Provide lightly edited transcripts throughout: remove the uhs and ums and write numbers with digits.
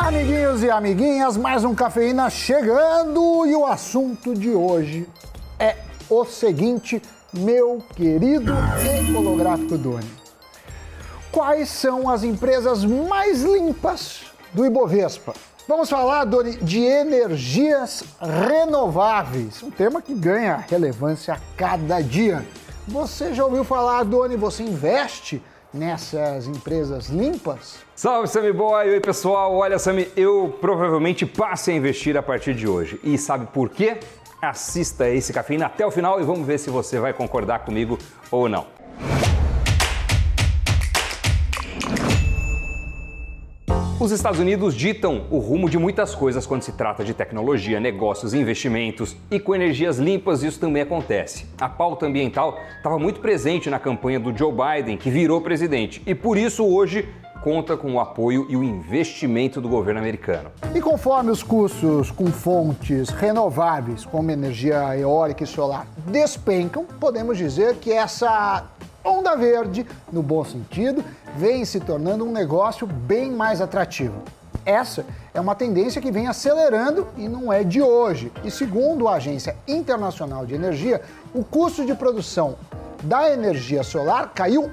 Amiguinhos e amiguinhas, mais um Cafeína chegando e o assunto de hoje é o seguinte, meu querido ecolográfico Doni. Quais são as empresas mais limpas do Ibovespa? Vamos falar, Doni, de energias renováveis, um tema que ganha relevância a cada dia. Você já ouviu falar, Doni, você investe nessas empresas limpas? Salve, Sammy Boy! Oi, pessoal! Olha, Sammy, eu provavelmente passe a investir a partir de hoje. E sabe por quê? Assista esse Cafeína até o final e vamos ver se você vai concordar comigo ou não. Os Estados Unidos ditam o rumo de muitas coisas quando se trata de tecnologia, negócios, investimentos, e com energias limpas isso também acontece. A pauta ambiental estava muito presente na campanha do Joe Biden, que virou presidente, e por isso hoje conta com o apoio e o investimento do governo americano. E conforme os custos com fontes renováveis, como energia eólica e solar, despencam, podemos dizer que essa onda verde, no bom sentido, vem se tornando um negócio bem mais atrativo. Essa é uma tendência que vem acelerando e não é de hoje. E segundo a Agência Internacional de Energia, o custo de produção da energia solar caiu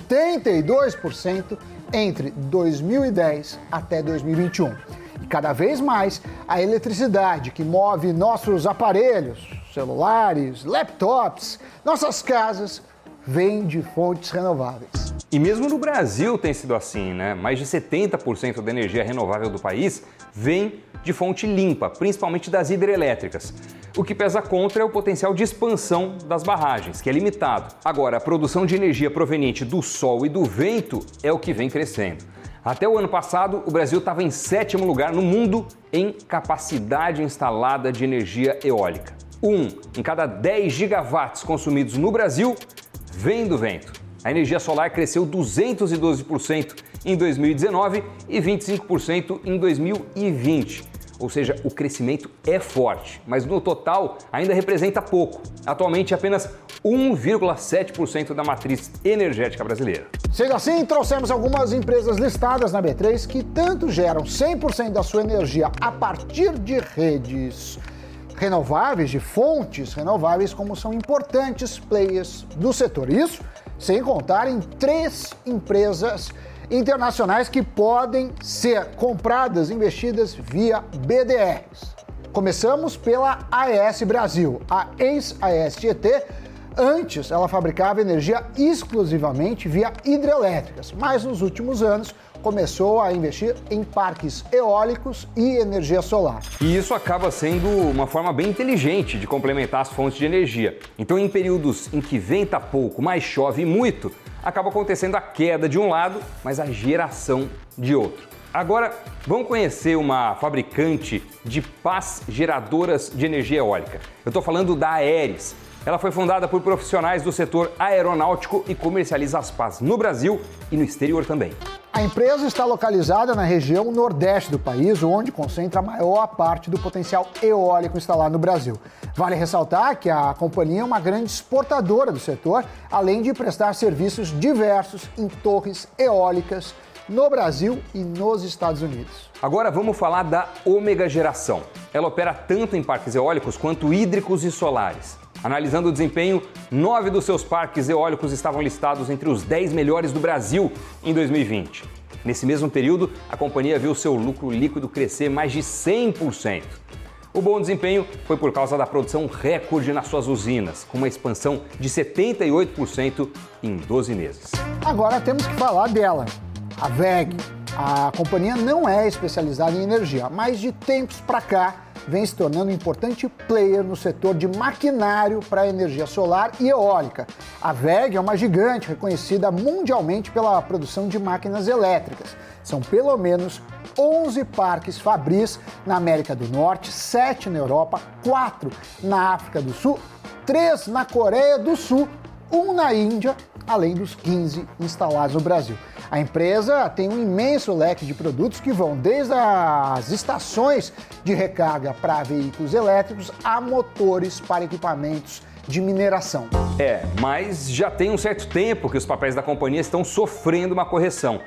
82% entre 2010 até 2021. E cada vez mais a eletricidade que move nossos aparelhos, celulares, laptops, nossas casas, vem de fontes renováveis. E mesmo no Brasil tem sido assim, né? Mais de 70% da energia renovável do país vem de fonte limpa, principalmente das hidrelétricas. O que pesa contra é o potencial de expansão das barragens, que é limitado. Agora, a produção de energia proveniente do sol e do vento é o que vem crescendo. Até o ano passado, o Brasil estava em 7º lugar no mundo em capacidade instalada de energia eólica. 1 em cada 10 gigawatts consumidos no Brasil vem do vento. A energia solar cresceu 212% em 2019 e 25% em 2020. Ou seja, o crescimento é forte, mas no total ainda representa pouco. Atualmente, apenas 1,7% da matriz energética brasileira. Sendo assim, trouxemos algumas empresas listadas na B3 que tanto geram 100% da sua energia a partir de redes renováveis, de fontes renováveis, como são importantes players do setor. Isso sem contar em 3 empresas internacionais que podem ser compradas, investidas via BDRs. Começamos pela AES Brasil, a ex-AES Tietê. Antes, ela fabricava energia exclusivamente via hidrelétricas, mas nos últimos anos começou a investir em parques eólicos e energia solar. E isso acaba sendo uma forma bem inteligente de complementar as fontes de energia. Então, em períodos em que venta pouco, mas chove muito, acaba acontecendo a queda de um lado, mas a geração de outro. Agora, vamos conhecer uma fabricante de pás geradoras de energia eólica. Eu estou falando da Aeris. Ela foi fundada por profissionais do setor aeronáutico e comercializa as pás no Brasil e no exterior também. A empresa está localizada na região nordeste do país, onde concentra a maior parte do potencial eólico instalado no Brasil. Vale ressaltar que a companhia é uma grande exportadora do setor, além de prestar serviços diversos em torres eólicas no Brasil e nos Estados Unidos. Agora vamos falar da Ômega Geração. Ela opera tanto em parques eólicos quanto hídricos e solares. Analisando o desempenho, 9 dos seus parques eólicos estavam listados entre os 10 melhores do Brasil em 2020. Nesse mesmo período, a companhia viu seu lucro líquido crescer mais de 100%. O bom desempenho foi por causa da produção recorde nas suas usinas, com uma expansão de 78% em 12 meses. Agora temos que falar dela, a WEG. A companhia não é especializada em energia, mas de tempos para cá vem se tornando um importante player no setor de maquinário para energia solar e eólica. A WEG é uma gigante reconhecida mundialmente pela produção de máquinas elétricas. São pelo menos 11 parques Fabris na América do Norte, 7 na Europa, 4 na África do Sul, 3 na Coreia do Sul, 1 na Índia, além dos 15 instalados no Brasil. A empresa tem um imenso leque de produtos que vão desde as estações de recarga para veículos elétricos a motores para equipamentos de mineração. Mas já tem um certo tempo que os papéis da companhia estão sofrendo uma correção.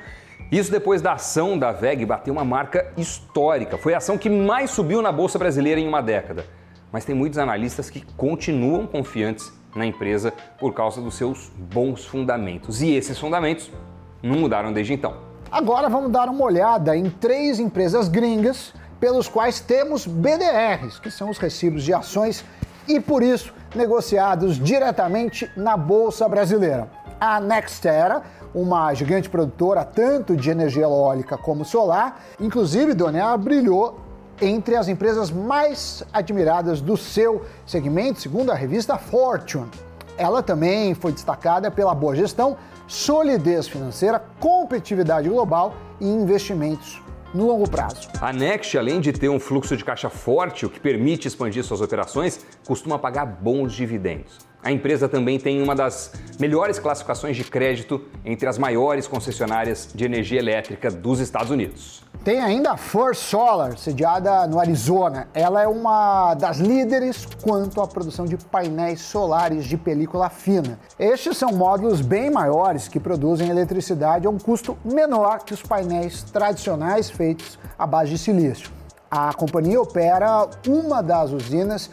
Isso depois da ação da WEG bater uma marca histórica. Foi a ação que mais subiu na Bolsa Brasileira em uma década. Mas tem muitos analistas que continuam confiantes na empresa por causa dos seus bons fundamentos. E esses fundamentos não mudaram desde então. Agora vamos dar uma olhada em 3 empresas gringas pelos quais temos BDRs, que são os recibos de ações e, por isso, negociados diretamente na Bolsa Brasileira. A NextEra, uma gigante produtora tanto de energia eólica como solar, inclusive, Dona, ela brilhou entre as empresas mais admiradas do seu segmento, segundo a revista Fortune. Ela também foi destacada pela boa gestão, solidez financeira, competitividade global e investimentos no longo prazo. A Next, além de ter um fluxo de caixa forte, o que permite expandir suas operações, costuma pagar bons dividendos. A empresa também tem uma das melhores classificações de crédito entre as maiores concessionárias de energia elétrica dos Estados Unidos. Tem ainda a First Solar, sediada no Arizona. Ela é uma das líderes quanto à produção de painéis solares de película fina. Estes são módulos bem maiores que produzem eletricidade a um custo menor que os painéis tradicionais feitos à base de silício. A companhia opera uma das usinas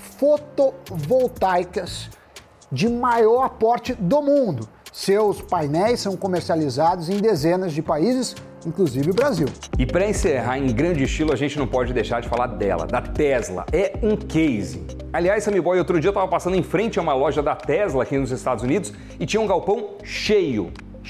fotovoltaicas de maior porte do mundo. Seus painéis são comercializados em dezenas de países, inclusive o Brasil. E para encerrar em grande estilo, a gente não pode deixar de falar dela, da Tesla. É um case. Aliás, Sammy Boy, outro dia eu estava passando em frente a uma loja da Tesla aqui nos Estados Unidos e tinha um galpão cheio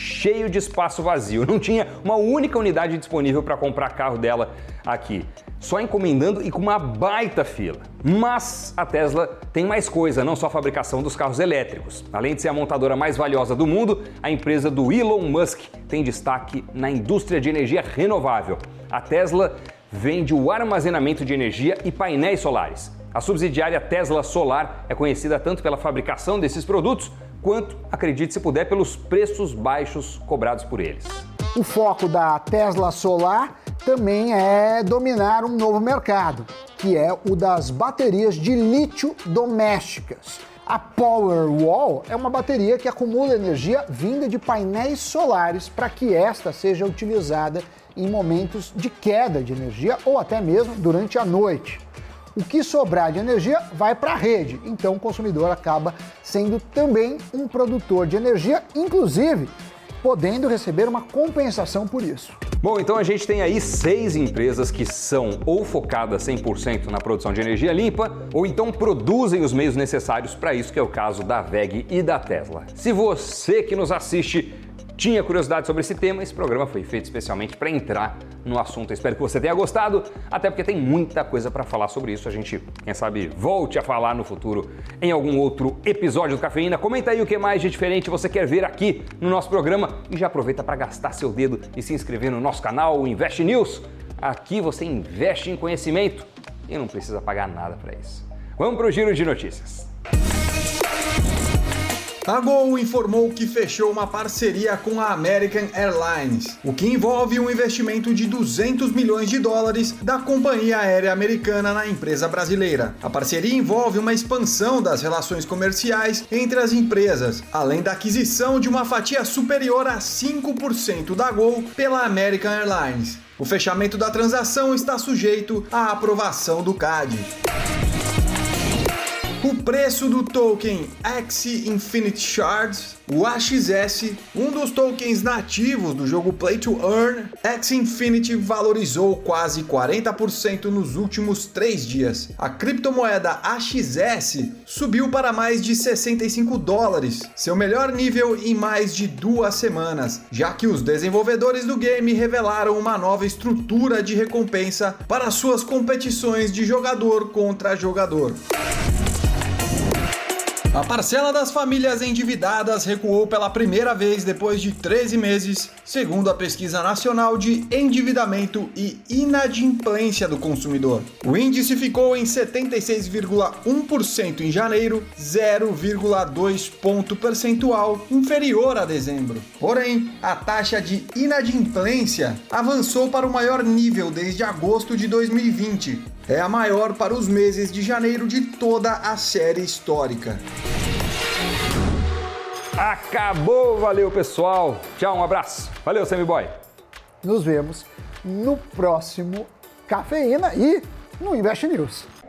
de espaço vazio. Não tinha uma única unidade disponível para comprar carro dela aqui. Só encomendando e com uma baita fila. Mas a Tesla tem mais coisa, não só a fabricação dos carros elétricos. Além de ser a montadora mais valiosa do mundo, a empresa do Elon Musk tem destaque na indústria de energia renovável. A Tesla vende o armazenamento de energia e painéis solares. A subsidiária Tesla Solar é conhecida tanto pela fabricação desses produtos, quanto, acredite se puder, pelos preços baixos cobrados por eles. O foco da Tesla Solar também é dominar um novo mercado, que é o das baterias de lítio domésticas. A Powerwall é uma bateria que acumula energia vinda de painéis solares para que esta seja utilizada em momentos de queda de energia ou até mesmo durante a noite. O que sobrar de energia vai para a rede, então o consumidor acaba sendo também um produtor de energia, inclusive podendo receber uma compensação por isso. Bom, então a gente tem aí 6 empresas que são ou focadas 100% na produção de energia limpa, ou então produzem os meios necessários para isso, que é o caso da WEG e da Tesla. Se você que nos assiste tinha curiosidade sobre esse tema, esse programa foi feito especialmente para entrar no assunto. Eu espero que você tenha gostado, até porque tem muita coisa para falar sobre isso. A gente, quem sabe, volte a falar no futuro em algum outro episódio do Cafeína. Comenta aí o que mais de diferente você quer ver aqui no nosso programa e já aproveita para gastar seu dedo e se inscrever no nosso canal, o Invest News. Aqui você investe em conhecimento e não precisa pagar nada para isso. Vamos para o giro de notícias. A Gol informou que fechou uma parceria com a American Airlines, o que envolve um investimento de $200 milhões da companhia aérea americana na empresa brasileira. A parceria envolve uma expansão das relações comerciais entre as empresas, além da aquisição de uma fatia superior a 5% da Gol pela American Airlines. O fechamento da transação está sujeito à aprovação do CAD. O preço do token Axie Infinity Shards, o AXS, um dos tokens nativos do jogo Play to Earn, Axie Infinity valorizou quase 40% nos últimos 3 dias. A criptomoeda AXS subiu para mais de $65, seu melhor nível em mais de 2 semanas, já que os desenvolvedores do game revelaram uma nova estrutura de recompensa para suas competições de jogador contra jogador. A parcela das famílias endividadas recuou pela primeira vez depois de 13 meses, segundo a Pesquisa Nacional de Endividamento e Inadimplência do Consumidor. O índice ficou em 76,1% em janeiro, 0,2 ponto percentual inferior a dezembro. Porém, a taxa de inadimplência avançou para o maior nível desde agosto de 2020. É a maior para os meses de janeiro de toda a série histórica. Acabou, valeu pessoal. Tchau, um abraço. Valeu, Sammy Boy. Nos vemos no próximo Cafeína e no Invest News.